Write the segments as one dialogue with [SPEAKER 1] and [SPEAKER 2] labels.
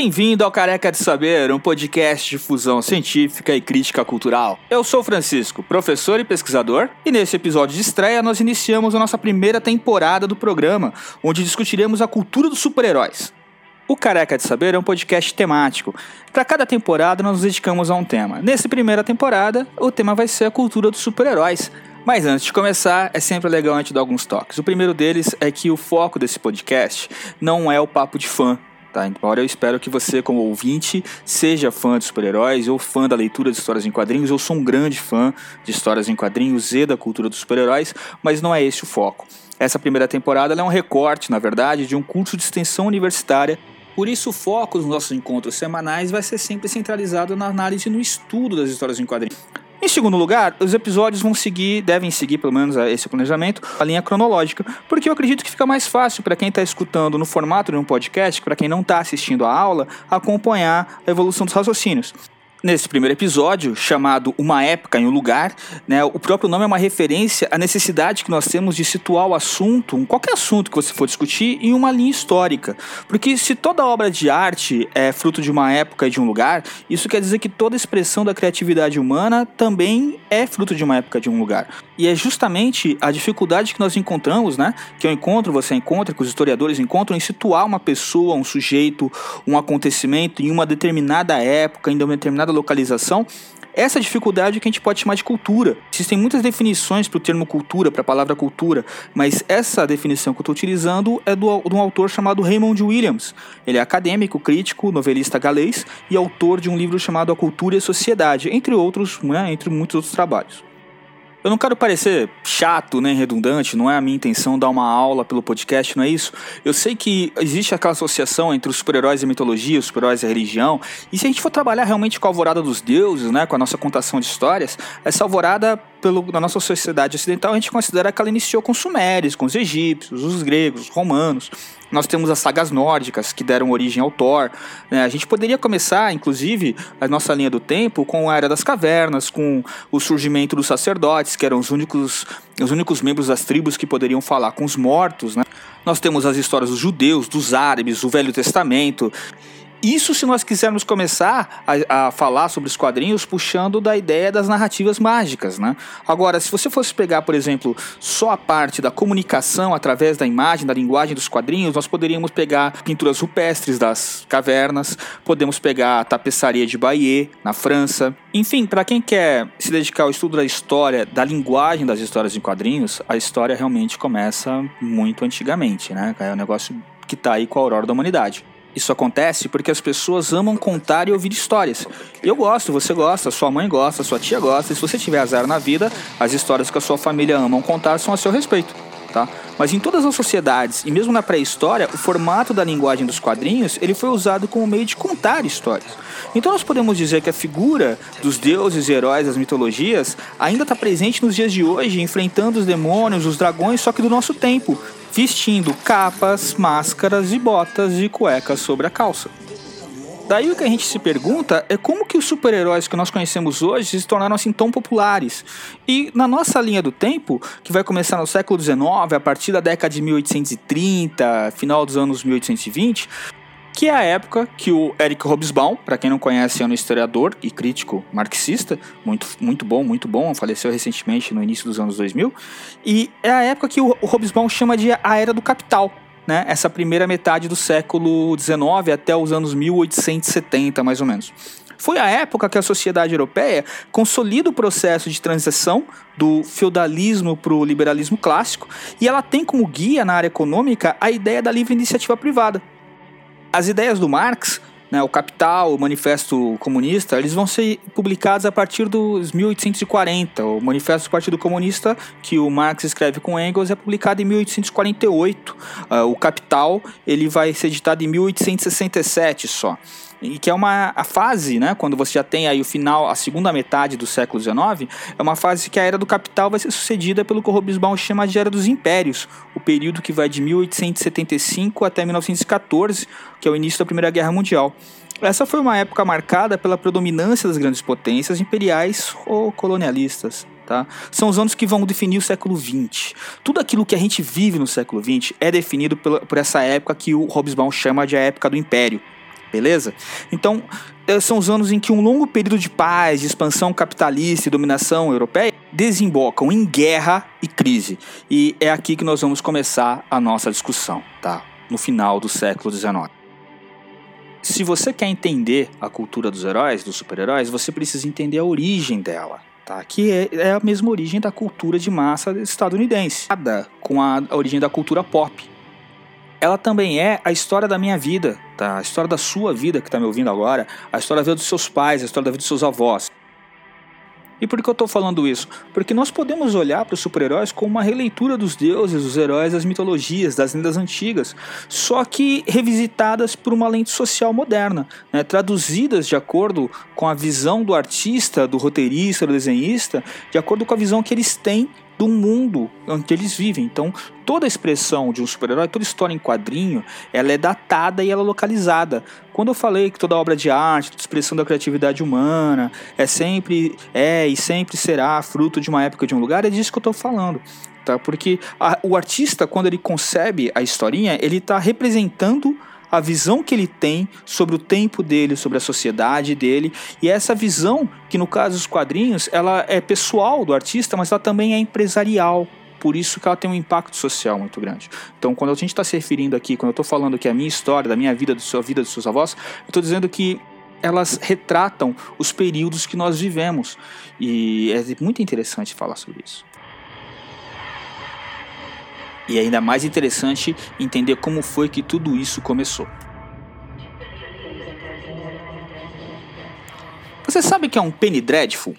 [SPEAKER 1] Bem-vindo ao Careca de Saber, um podcast de fusão científica e crítica cultural. Eu sou o Francisco, professor e pesquisador, e nesse episódio de estreia nós iniciamos a nossa primeira temporada do programa, onde discutiremos a cultura dos super-heróis. O Careca de Saber é um podcast temático. Para cada temporada nós nos dedicamos a um tema. Nessa primeira temporada, o tema vai ser a cultura dos super-heróis. Mas antes de começar, é sempre legal a gente dar alguns toques. O primeiro deles é que o foco desse podcast não é o papo de fã. Tá, embora eu espero que você, como ouvinte, seja fã de super-heróis ou fã da leitura de histórias em quadrinhos. Eu sou um grande fã de histórias em quadrinhos e da cultura dos super-heróis, mas não é esse o foco. Essa primeira temporada é um recorte, na verdade, de um curso de extensão universitária. Por isso o foco dos nossos encontros semanais vai ser sempre centralizado na análise e no estudo das histórias em quadrinhos. Em segundo lugar, os episódios devem seguir, pelo menos esse planejamento, a linha cronológica, porque eu acredito que fica mais fácil para quem está escutando no formato de um podcast, para quem não está assistindo a aula, acompanhar a evolução dos raciocínios. Nesse primeiro episódio, chamado Uma Época em um Lugar, o próprio nome é uma referência à necessidade que nós temos de situar o assunto, qualquer assunto que você for discutir, em uma linha histórica. Porque se toda obra de arte é fruto de uma época e de um lugar, isso quer dizer que toda expressão da criatividade humana também é fruto de uma época e de um lugar. E é justamente a dificuldade que nós encontramos, que eu encontro, você encontra, que os historiadores encontram, em situar uma pessoa, um sujeito, um acontecimento em uma determinada época, em uma determinada localização. Essa dificuldade que a gente pode chamar de cultura. Existem muitas definições para o termo cultura, para a palavra cultura, mas essa definição que eu estou utilizando é de um autor chamado Raymond Williams. Ele é acadêmico, crítico, novelista galês e autor de um livro chamado A Cultura e a Sociedade, entre outros, entre muitos outros trabalhos. Eu não quero parecer chato nem redundante, não é a minha intenção dar uma aula pelo podcast, não é isso? Eu sei que existe aquela associação entre os super-heróis e a mitologia, os super-heróis e a religião, e se a gente for trabalhar realmente com a alvorada dos deuses, com a nossa contação de histórias, essa alvorada na nossa sociedade ocidental a gente considera que ela iniciou com os sumérios, com os egípcios, os gregos, os romanos. Nós temos as sagas nórdicas que deram origem ao Thor. A gente poderia começar, inclusive, a nossa linha do tempo com a Era das Cavernas, com o surgimento dos sacerdotes, que eram os únicos membros das tribos que poderiam falar com os mortos. Nós temos as histórias dos judeus, dos árabes, o Velho Testamento. Isso se nós quisermos começar a falar sobre os quadrinhos puxando da ideia das narrativas mágicas, Agora, se você fosse pegar, por exemplo, só a parte da comunicação através da imagem, da linguagem dos quadrinhos, nós poderíamos pegar pinturas rupestres das cavernas, podemos pegar a tapeçaria de Bayeux, na França. Enfim, para quem quer se dedicar ao estudo da história, da linguagem das histórias em quadrinhos, a história realmente começa muito antigamente, É um negócio que está aí com a aurora da humanidade. Isso acontece porque as pessoas amam contar e ouvir histórias. Eu gosto, você gosta, sua mãe gosta, sua tia gosta. E se você tiver azar na vida, as histórias que a sua família amam contar são a seu respeito, tá? Mas em todas as sociedades, e mesmo na pré-história, o formato da linguagem dos quadrinhos ele foi usado como meio de contar histórias. Então nós podemos dizer que a figura dos deuses e heróis das mitologias ainda está presente nos dias de hoje, enfrentando os demônios, os dragões, só que do nosso tempo, vestindo capas, máscaras e botas e cuecas sobre a calça. Daí o que a gente se pergunta é como que os super-heróis que nós conhecemos hoje se tornaram assim tão populares. E na nossa linha do tempo, que vai começar no século XIX, a partir da década de 1830, final dos anos 1820, que é a época que o Eric Hobsbawm, para quem não conhece, é um historiador e crítico marxista, muito bom, faleceu recentemente no início dos anos 2000, e é a época que o Hobsbawm chama de a Era do Capital, essa primeira metade do século XIX até os anos 1870, mais ou menos. Foi a época que a sociedade europeia consolida o processo de transição do feudalismo para o liberalismo clássico, e ela tem como guia na área econômica a ideia da livre iniciativa privada. As ideias do Marx, o Capital, o Manifesto Comunista, eles vão ser publicados a partir dos 1840. O Manifesto do Partido Comunista, que o Marx escreve com Engels, é publicado em 1848. O Capital ele vai ser editado em 1867 só. E que é a fase, quando você já tem aí o final, a segunda metade do século XIX, é uma fase que a Era do Capital vai ser sucedida pelo que o Hobsbawm chama de Era dos Impérios, o período que vai de 1875 até 1914, que é o início da Primeira Guerra Mundial. Essa foi uma época marcada pela predominância das grandes potências imperiais ou colonialistas. Tá? São os anos que vão definir o século XX. Tudo aquilo que a gente vive no século XX é definido por essa época que o Hobsbawm chama de a época do Império. beleza? Então, são os anos em que um longo período de paz, de expansão capitalista e dominação europeia desembocam em guerra e crise. E é aqui que nós vamos começar a nossa discussão, tá? No final do século XIX. Se você quer entender a cultura dos heróis, dos super-heróis, você precisa entender a origem dela, tá? Que é a mesma origem da cultura de massa estadunidense, com a origem da cultura pop. Ela também é a história da minha vida, tá? A história da sua vida que está me ouvindo agora, a história da vida dos seus pais, a história da vida dos seus avós. E por que eu estou falando isso? Porque nós podemos olhar para os super-heróis como uma releitura dos deuses, dos heróis, das mitologias, das lendas antigas, só que revisitadas por uma lente social moderna, né? Traduzidas de acordo com a visão do artista, do roteirista, do desenhista, de acordo com a visão que eles têm do mundo onde eles vivem. Então, toda a expressão de um super-herói, toda história em quadrinho, ela é datada e ela é localizada. Quando eu falei que toda obra de arte, toda expressão da criatividade humana e sempre será fruto de uma época, de um lugar, é disso que eu estou falando. Tá? Porque o artista, quando ele concebe a historinha, ele está representando a visão que ele tem sobre o tempo dele, sobre a sociedade dele, e essa visão, que no caso dos quadrinhos, ela é pessoal do artista, mas ela também é empresarial, por isso que ela tem um impacto social muito grande. Então, quando a gente está se referindo aqui, quando eu estou falando que é a minha história, da minha vida, da sua vida, dos seus avós, eu estou dizendo que elas retratam os períodos que nós vivemos, e é muito interessante falar sobre isso. E é ainda mais interessante entender como foi que tudo isso começou. Você sabe o que é um penny dreadful?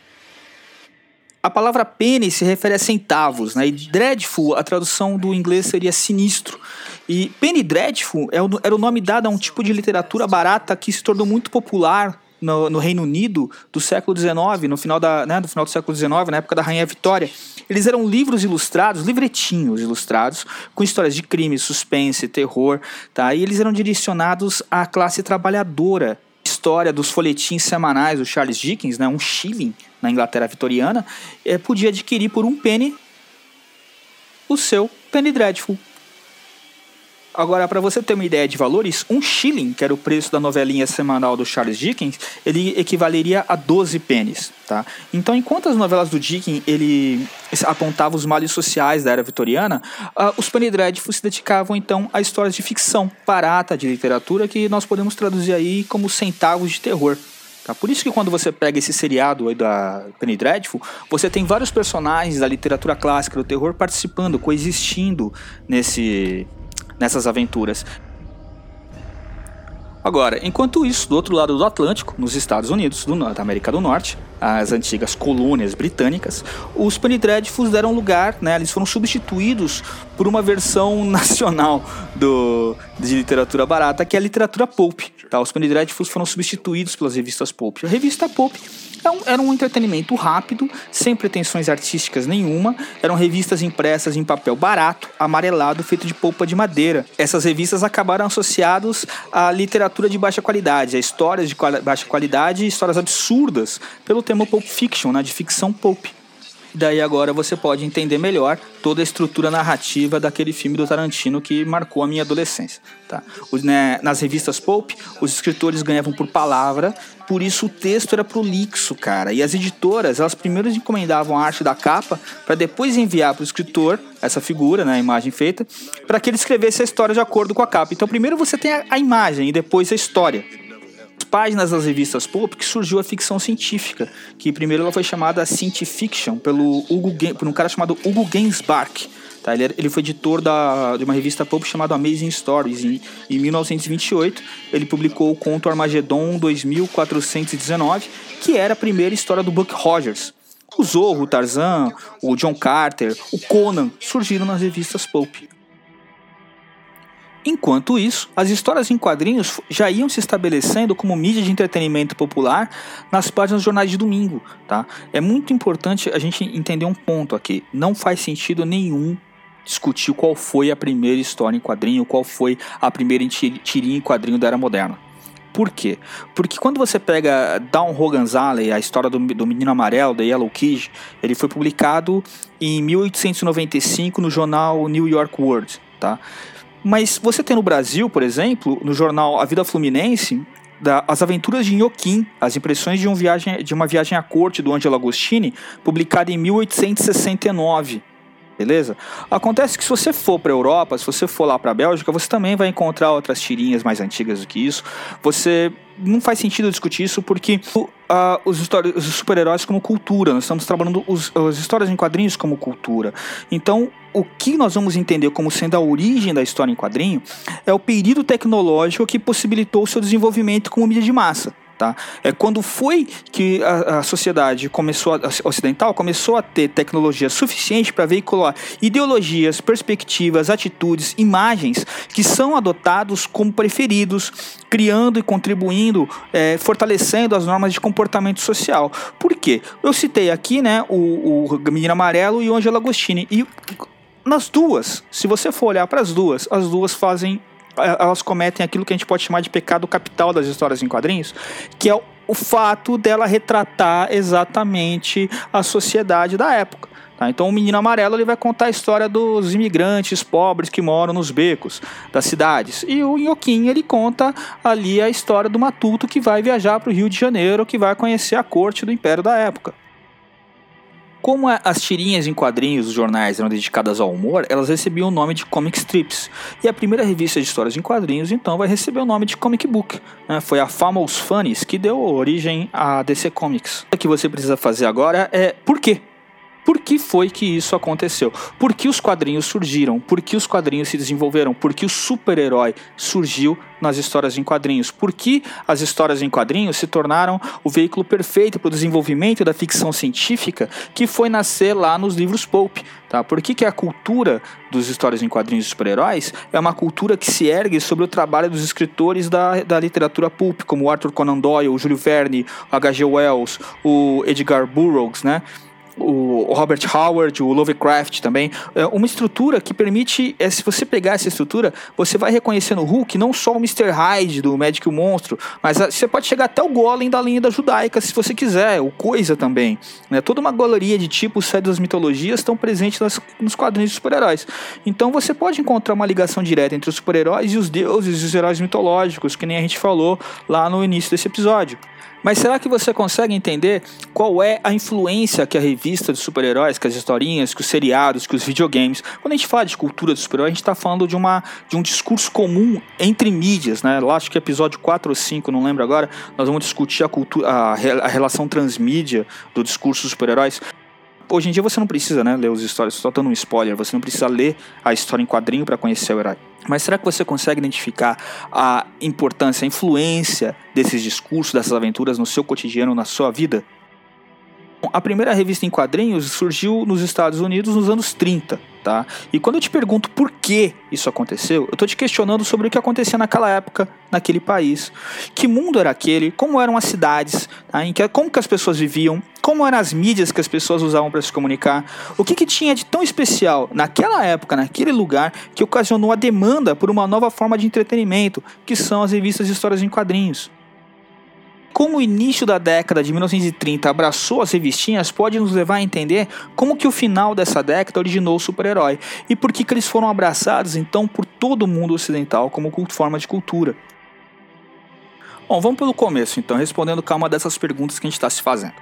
[SPEAKER 1] A palavra penny se refere a centavos, né? E dreadful, a tradução do inglês seria sinistro. E penny dreadful era o nome dado a um tipo de literatura barata que se tornou muito popular no Reino Unido do século XIX, no final do século XIX, na época da Rainha Vitória. Eles eram livros ilustrados, livretinhos ilustrados, com histórias de crime, suspense, terror, tá? E eles eram direcionados à classe trabalhadora. História dos folhetins semanais do Charles Dickens, né? Um shilling na Inglaterra vitoriana, podia adquirir por um penny o seu penny dreadful. Agora, para você ter uma ideia de valores, um shilling, que era o preço da novelinha semanal do Charles Dickens, ele equivaleria a 12 pennies, tá? Então, enquanto as novelas do Dickens ele apontavam os males sociais da era vitoriana, os penny dreadfuls se dedicavam, então, a histórias de ficção barata, de literatura, que nós podemos traduzir aí como centavos de terror. Tá? Por isso que quando você pega esse seriado aí da Penny Dreadful, você tem vários personagens da literatura clássica, do terror, participando, coexistindo nessas aventuras. Agora, enquanto isso, do outro lado do Atlântico, nos Estados Unidos, da América do Norte, as antigas colônias britânicas, os Penny Dreadfuls deram lugar, né, eles foram substituídos por uma versão nacional de literatura barata, que é a literatura pulp. Tá? Os Penny Dreadfuls foram substituídos pelas revistas pulp. A revista pulp era um entretenimento rápido, sem pretensões artísticas nenhuma. Eram revistas impressas em papel barato, amarelado, feito de polpa de madeira. Essas revistas acabaram associadas à literatura de baixa qualidade, a histórias de baixa qualidade e histórias absurdas, pelo termo pulp fiction, né, de ficção pulp. Daí agora você pode entender melhor toda a estrutura narrativa daquele filme do Tarantino que marcou a minha adolescência. Tá? Nas revistas pulp, os escritores ganhavam por palavra, por isso o texto era prolixo, cara. E as editoras, elas primeiro encomendavam a arte da capa para depois enviar para o escritor essa figura, né, a imagem feita, para que ele escrevesse a história de acordo com a capa. Então primeiro você tem a imagem e depois a história. Páginas das revistas pulp que surgiu a ficção científica, que primeiro ela foi chamada Science Fiction por um cara chamado Hugo Gernsback. Tá? Ele foi editor de uma revista pulp chamada Amazing Stories. Em 1928 ele publicou o conto Armagedon 2419, que era a primeira história do Buck Rogers. O Zorro, o Tarzan, o John Carter, o Conan surgiram nas revistas pulp. Enquanto isso, as histórias em quadrinhos já iam se estabelecendo como mídia de entretenimento popular nas páginas dos jornais de domingo. Tá? É muito importante a gente entender um ponto aqui. Não faz sentido nenhum discutir qual foi a primeira história em quadrinho, qual foi a primeira tirinha em quadrinho da Era Moderna. Por quê? Porque quando você pega Dawn Hogan's Alley, a história do Menino Amarelo, The Yellow Kid, ele foi publicado em 1895 no jornal New York World. Tá? Mas você tem no Brasil, por exemplo, no jornal A Vida Fluminense, As Aventuras de Inhoquim, as impressões de uma viagem à corte do Angelo Agostini, publicada em 1869. Beleza? Acontece que se você for para a Europa, se você for lá para a Bélgica, você também vai encontrar outras tirinhas mais antigas do que isso. Não faz sentido discutir isso porque os super-heróis como cultura, nós estamos trabalhando as histórias em quadrinhos como cultura. Então, o que nós vamos entender como sendo a origem da história em quadrinho é o período tecnológico que possibilitou o seu desenvolvimento como mídia de massa. Tá? É quando foi que a sociedade ocidental começou a ter tecnologia suficiente para veicular ideologias, perspectivas, atitudes, imagens que são adotados como preferidos, criando e contribuindo, fortalecendo as normas de comportamento social. Por quê? Eu citei aqui, né, o Menino Amarelo e o Angelo Agostini. E nas duas, se você for olhar para as duas elas cometem aquilo que a gente pode chamar de pecado capital das histórias em quadrinhos, que é o fato dela retratar exatamente a sociedade da época. Tá? Então o Menino Amarelo ele vai contar a história dos imigrantes pobres que moram nos becos das cidades. E o Inhoquim ele conta ali a história do matuto que vai viajar para o Rio de Janeiro, que vai conhecer a corte do Império da época. Como as tirinhas em quadrinhos dos jornais eram dedicadas ao humor, elas recebiam o nome de comic strips. E a primeira revista de histórias em quadrinhos, então, vai receber o nome de comic book. Né? Foi a Famous Funnies que deu origem à DC Comics. O que você precisa fazer agora é por quê? Por que foi que isso aconteceu? Por que os quadrinhos surgiram? Por que os quadrinhos se desenvolveram? Por que o super-herói surgiu nas histórias em quadrinhos? Por que as histórias em quadrinhos se tornaram o veículo perfeito para o desenvolvimento da ficção científica que foi nascer lá nos livros pulp? Tá? Por que a cultura dos histórias em quadrinhos de super-heróis é uma cultura que se ergue sobre o trabalho dos escritores da literatura pulp, como Arthur Conan Doyle, o Júlio Verne, o H.G. Wells, o Edgar Burroughs, né? O Robert Howard, o Lovecraft também, uma estrutura que permite, se você pegar essa estrutura, você vai reconhecer no Hulk não só o Mr. Hyde do Magic e o Monstro, mas você pode chegar até o Golem da linha da Judaica, se você quiser, o Coisa também, né? Toda uma galeria de tipos, séries das mitologias estão presentes nos quadrinhos de super-heróis. Então você pode encontrar uma ligação direta entre os super-heróis e os deuses e os heróis mitológicos, que nem a gente falou lá no início desse episódio. Mas será que você consegue entender qual é a influência que a revista de super-heróis, que as historinhas, que os seriados, que os videogames... Quando a gente fala de cultura de super-herói, a gente está falando de um discurso comum entre mídias, né? Lá acho que episódio 4 ou 5, não lembro agora, nós vamos discutir a relação transmídia do discurso dos super-heróis. Hoje em dia você não precisa, né, ler as histórias, só dando um spoiler, você não precisa ler a história em quadrinho para conhecer o herói. Mas será que você consegue identificar a importância, a influência desses discursos, dessas aventuras no seu cotidiano, na sua vida? A primeira revista em quadrinhos surgiu nos Estados Unidos nos anos 30, tá? E quando eu te pergunto por que isso aconteceu, eu estou te questionando sobre o que acontecia naquela época, naquele país. Que mundo era aquele? Como eram as cidades? Tá? Como que as pessoas viviam? Como eram as mídias que as pessoas usavam para se comunicar? O que tinha de tão especial naquela época, naquele lugar, que ocasionou a demanda por uma nova forma de entretenimento, que são as revistas de histórias em quadrinhos? Como o início da década de 1930 abraçou as revistinhas, pode nos levar a entender como que o final dessa década originou o super-herói e por que eles foram abraçados então por todo o mundo ocidental como forma de cultura. Bom, vamos pelo começo então, respondendo cada uma dessas perguntas que a gente está se fazendo.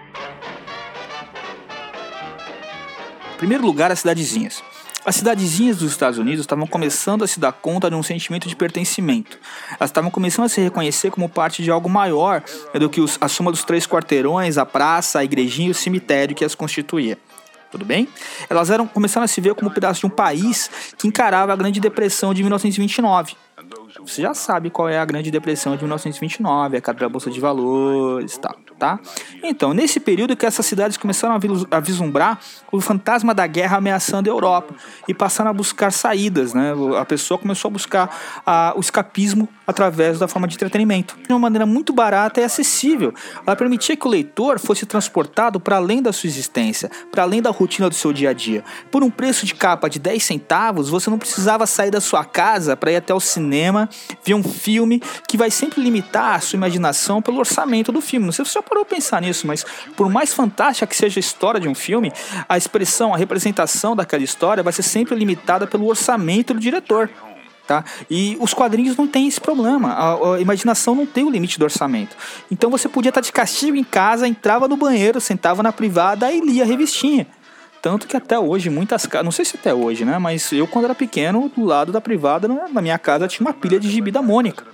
[SPEAKER 1] Em primeiro lugar, as cidadezinhas. As cidadezinhas dos Estados Unidos estavam começando a se dar conta de um sentimento de pertencimento. Elas estavam começando a se reconhecer como parte de algo maior do que a soma dos 3 quarteirões, a praça, a igrejinha e o cemitério que as constituía. Tudo bem? Elas começaram a se ver como um pedaço de um país que encarava a Grande Depressão de 1929. Você já sabe qual é a Grande Depressão de 1929, a queda da Bolsa de Valores e tal, tá? Então, nesse período que essas cidades começaram a vislumbrar o fantasma da guerra ameaçando a Europa e passaram a buscar saídas, né? A pessoa começou a buscar o escapismo através da forma de entretenimento. De uma maneira muito barata e acessível. Ela permitia que o leitor fosse transportado para além da sua existência, para além da rotina do seu dia a dia. Por um preço de capa de 10 centavos, você não precisava sair da sua casa para ir até o cinema, ver um filme que vai sempre limitar a sua imaginação pelo orçamento do filme. Não sei se você já parou a pensar nisso, mas por mais fantástica que seja a história de um filme, a expressão, a representação daquela história vai ser sempre limitada pelo orçamento do diretor. Tá? E os quadrinhos não têm esse problema, a imaginação não tem o limite do orçamento. Então você podia estar de castigo em casa, entrava no banheiro, sentava na privada e lia a revistinha. Tanto que até hoje, muitas casas, não sei se até hoje, né? Mas eu, quando era pequeno, do lado da privada, na minha casa, tinha uma pilha de gibi da Mônica.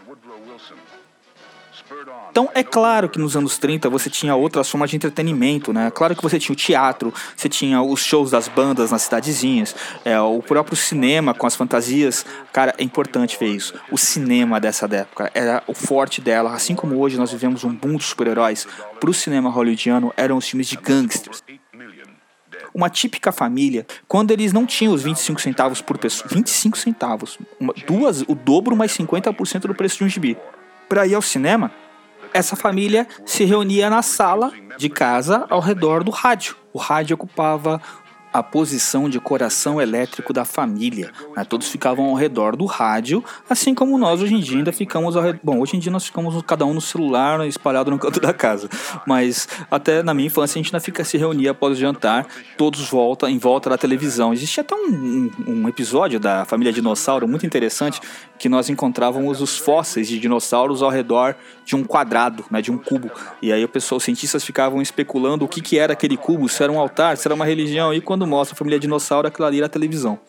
[SPEAKER 1] Então, é claro que nos anos 30 você tinha outras formas de entretenimento, né? Claro que você tinha o teatro, você tinha os shows das bandas nas cidadezinhas, o próprio cinema com as fantasias. Cara, é importante ver isso. O cinema dessa época era o forte dela. Assim como hoje nós vivemos um boom de super-heróis, pro cinema hollywoodiano eram os filmes de gangsters. Uma típica família, quando eles não tinham os 25 centavos por pessoa, 25 centavos, o dobro mais 50% do preço de um gibi, para ir ao cinema, essa família se reunia na sala de casa ao redor do rádio. O rádio ocupava a posição de coração elétrico da família, né? Todos ficavam ao redor do rádio, assim como nós hoje em dia ainda ficamos ao redor. Bom, hoje em dia nós ficamos cada um no celular, espalhado no canto da casa, mas até na minha infância a gente ainda se reunia após o jantar, todos em volta da televisão. Existia até um episódio da família dinossauro muito interessante, que nós encontrávamos os fósseis de dinossauros ao redor de um quadrado, né, de um cubo, e aí os cientistas ficavam especulando o que era aquele cubo, se era um altar, se era uma religião, e quando mostra a família dinossauro, aquilo ali era a televisão.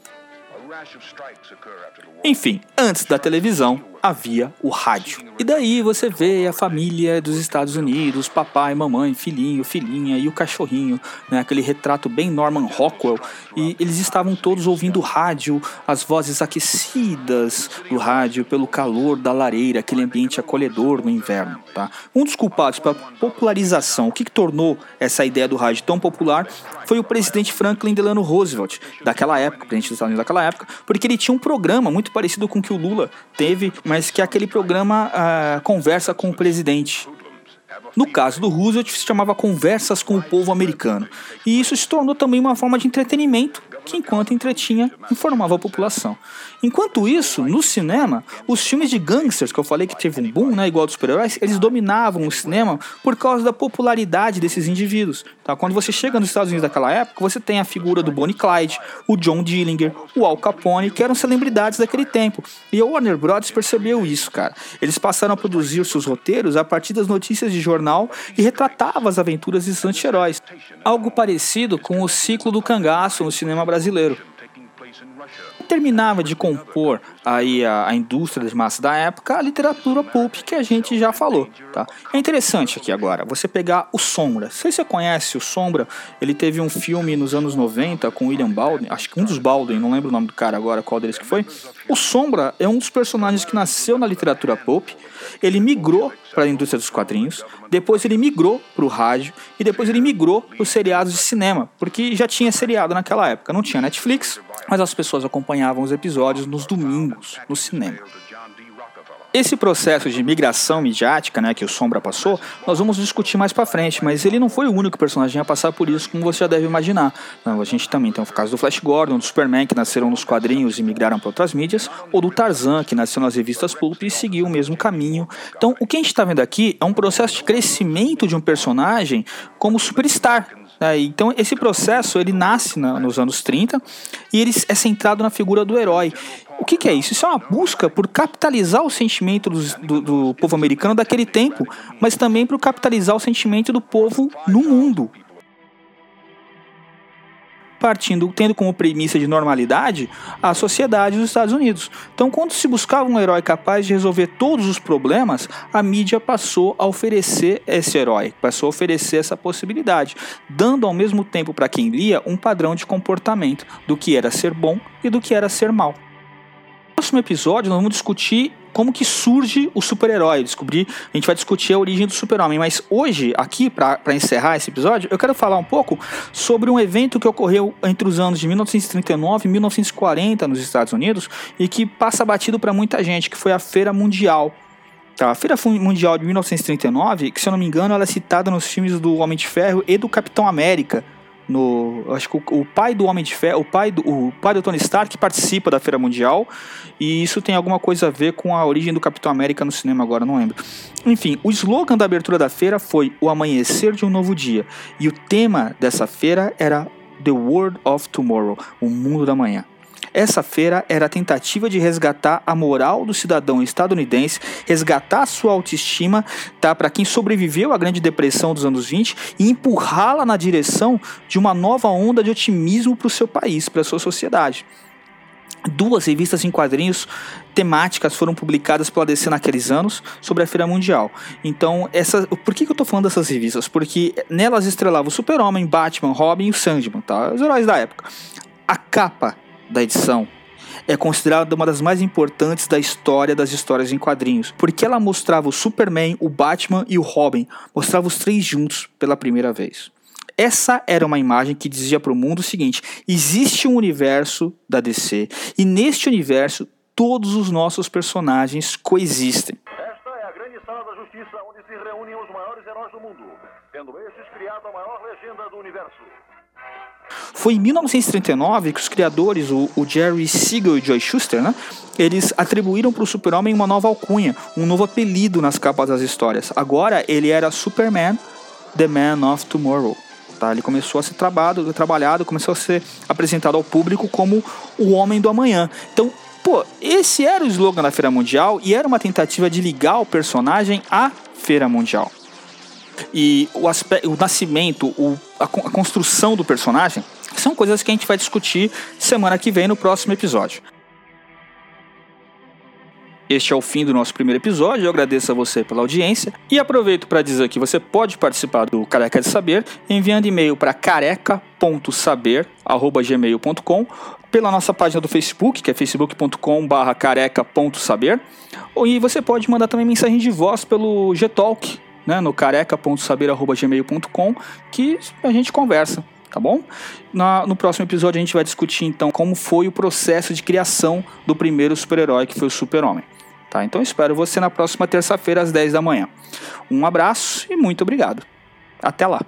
[SPEAKER 1] Enfim, antes da televisão havia o rádio. E daí você vê a família dos Estados Unidos, papai, mamãe, filhinho, filhinha e o cachorrinho, né? Aquele retrato bem Norman Rockwell. E eles estavam todos ouvindo o rádio, as vozes aquecidas do rádio pelo calor da lareira, aquele ambiente acolhedor no inverno. Tá? Um dos culpados pela popularização, o que tornou essa ideia do rádio tão popular, foi o presidente Franklin Delano Roosevelt, daquela época, presidente dos Estados Unidos daquela época, porque ele tinha um programa muito parecido com o que o Lula teve, mas que é aquele programa Conversa com o Presidente. No caso do Roosevelt, se chamava Conversas com o Povo Americano. E isso se tornou também uma forma de entretenimento, que enquanto entretinha, informava a população. Enquanto isso, no cinema, os filmes de gangsters, que eu falei que teve um boom, né, igual dos super-heróis, eles dominavam o cinema por causa da popularidade desses indivíduos. Tá? Quando você chega nos Estados Unidos daquela época, você tem a figura do Bonnie Clyde, o John Dillinger, o Al Capone, que eram celebridades daquele tempo. E a Warner Bros. Percebeu isso, cara. Eles passaram a produzir seus roteiros a partir das notícias de jornal e retratava as aventuras desses anti-heróis. Algo parecido com o ciclo do cangaço no cinema brasileiro. Terminava de compor aí a indústria de massa da época, a literatura pulp que a gente já falou, tá? É interessante aqui agora você pegar o Sombra. Não sei se você conhece o Sombra, ele teve um filme nos anos 90 com William Baldwin, acho que um dos Baldwin, não lembro o nome do cara agora, qual deles que foi. O Sombra é um dos personagens que nasceu na literatura pulp, ele migrou para a indústria dos quadrinhos, depois ele migrou para o rádio e depois ele migrou para os seriados de cinema, porque já tinha seriado naquela época, não tinha Netflix, mas as pessoas acompanhavam os episódios nos domingos, no cinema. Esse processo de migração midiática, né, que o Sombra passou, nós vamos discutir mais pra frente, mas ele não foi o único personagem a passar por isso, como você já deve imaginar. Não, a gente também tem o caso do Flash Gordon, do Superman, que nasceram nos quadrinhos e migraram para outras mídias, ou do Tarzan, que nasceu nas revistas pulp e seguiu o mesmo caminho. Então, o que a gente está vendo aqui é um processo de crescimento de um personagem como superstar. Então esse processo ele nasce nos anos 30 e ele é centrado na figura do herói. O que é isso? Isso é uma busca por capitalizar o sentimento do povo americano daquele tempo, mas também por capitalizar o sentimento do povo no mundo. Tendo como premissa de normalidade a sociedade dos Estados Unidos. Então, quando se buscava um herói capaz de resolver todos os problemas, a mídia passou a oferecer esse herói, passou a oferecer essa possibilidade, dando ao mesmo tempo para quem lia um padrão de comportamento do que era ser bom e do que era ser mal. No próximo episódio, nós vamos discutir como que surge o super-herói. A gente vai discutir a origem do super-homem, mas hoje, aqui, para encerrar esse episódio, eu quero falar um pouco sobre um evento que ocorreu entre os anos de 1939 e 1940 nos Estados Unidos e que passa batido para muita gente, que foi a Feira Mundial. A Feira Mundial de 1939, que se eu não me engano, ela é citada nos filmes do Homem de Ferro e do Capitão América. Acho que o pai do Homem de Ferro, o pai do Tony Stark participa da Feira Mundial, e isso tem alguma coisa a ver com a origem do Capitão América no cinema, agora não lembro. Enfim, o slogan da abertura da feira foi o amanhecer de um novo dia, e o tema dessa feira era The World of Tomorrow, o mundo da manhã. Essa feira era a tentativa de resgatar a moral do cidadão estadunidense, resgatar a sua autoestima, tá, para quem sobreviveu à Grande Depressão dos anos 20 e empurrá-la na direção de uma nova onda de otimismo para o seu país, para a sua sociedade. 2 revistas em quadrinhos temáticas foram publicadas pela DC naqueles anos sobre a Feira Mundial. Então, por que eu tô falando dessas revistas? Porque nelas estrelavam o Super-Homem, Batman, Robin e o Sandman, tá? Os heróis da época. A capa da edição é considerada uma das mais importantes da história das histórias em quadrinhos, porque ela mostrava o Superman, o Batman e o Robin, mostrava os 3 juntos pela primeira vez. Essa era uma imagem que dizia para o mundo o seguinte: existe um universo da DC, e neste universo todos os nossos personagens coexistem.
[SPEAKER 2] Esta é a grande sala da justiça onde se reúnem os maiores heróis do mundo, tendo estes criado a maior legenda do universo.
[SPEAKER 1] Foi em 1939 que os criadores, o Jerry Siegel e Joe Shuster, né, eles atribuíram para o Super-Homem uma nova alcunha, um novo apelido nas capas das histórias. Agora ele era Superman, The Man of Tomorrow. Tá? Ele começou a ser trabalhado, começou a ser apresentado ao público como o Homem do Amanhã. Então, esse era o slogan da Feira Mundial e era uma tentativa de ligar o personagem à Feira Mundial. E o nascimento, a construção do personagem são coisas que a gente vai discutir semana que vem no próximo episódio. Este é o fim do nosso primeiro episódio, eu agradeço a você pela audiência e aproveito para dizer que você pode participar do Careca de Saber enviando e-mail para careca.saber@gmail.com, pela nossa página do Facebook, que é facebook.com/careca.saber, e você pode mandar também mensagem de voz pelo Gtalk, né, no careca.saber@gmail.com, que a gente conversa. Tá bom? No próximo episódio a gente vai discutir então como foi o processo de criação do primeiro super-herói, que foi o Super-Homem. Tá? Então eu espero você na próxima terça-feira às 10 da manhã. Um abraço e muito obrigado. Até lá.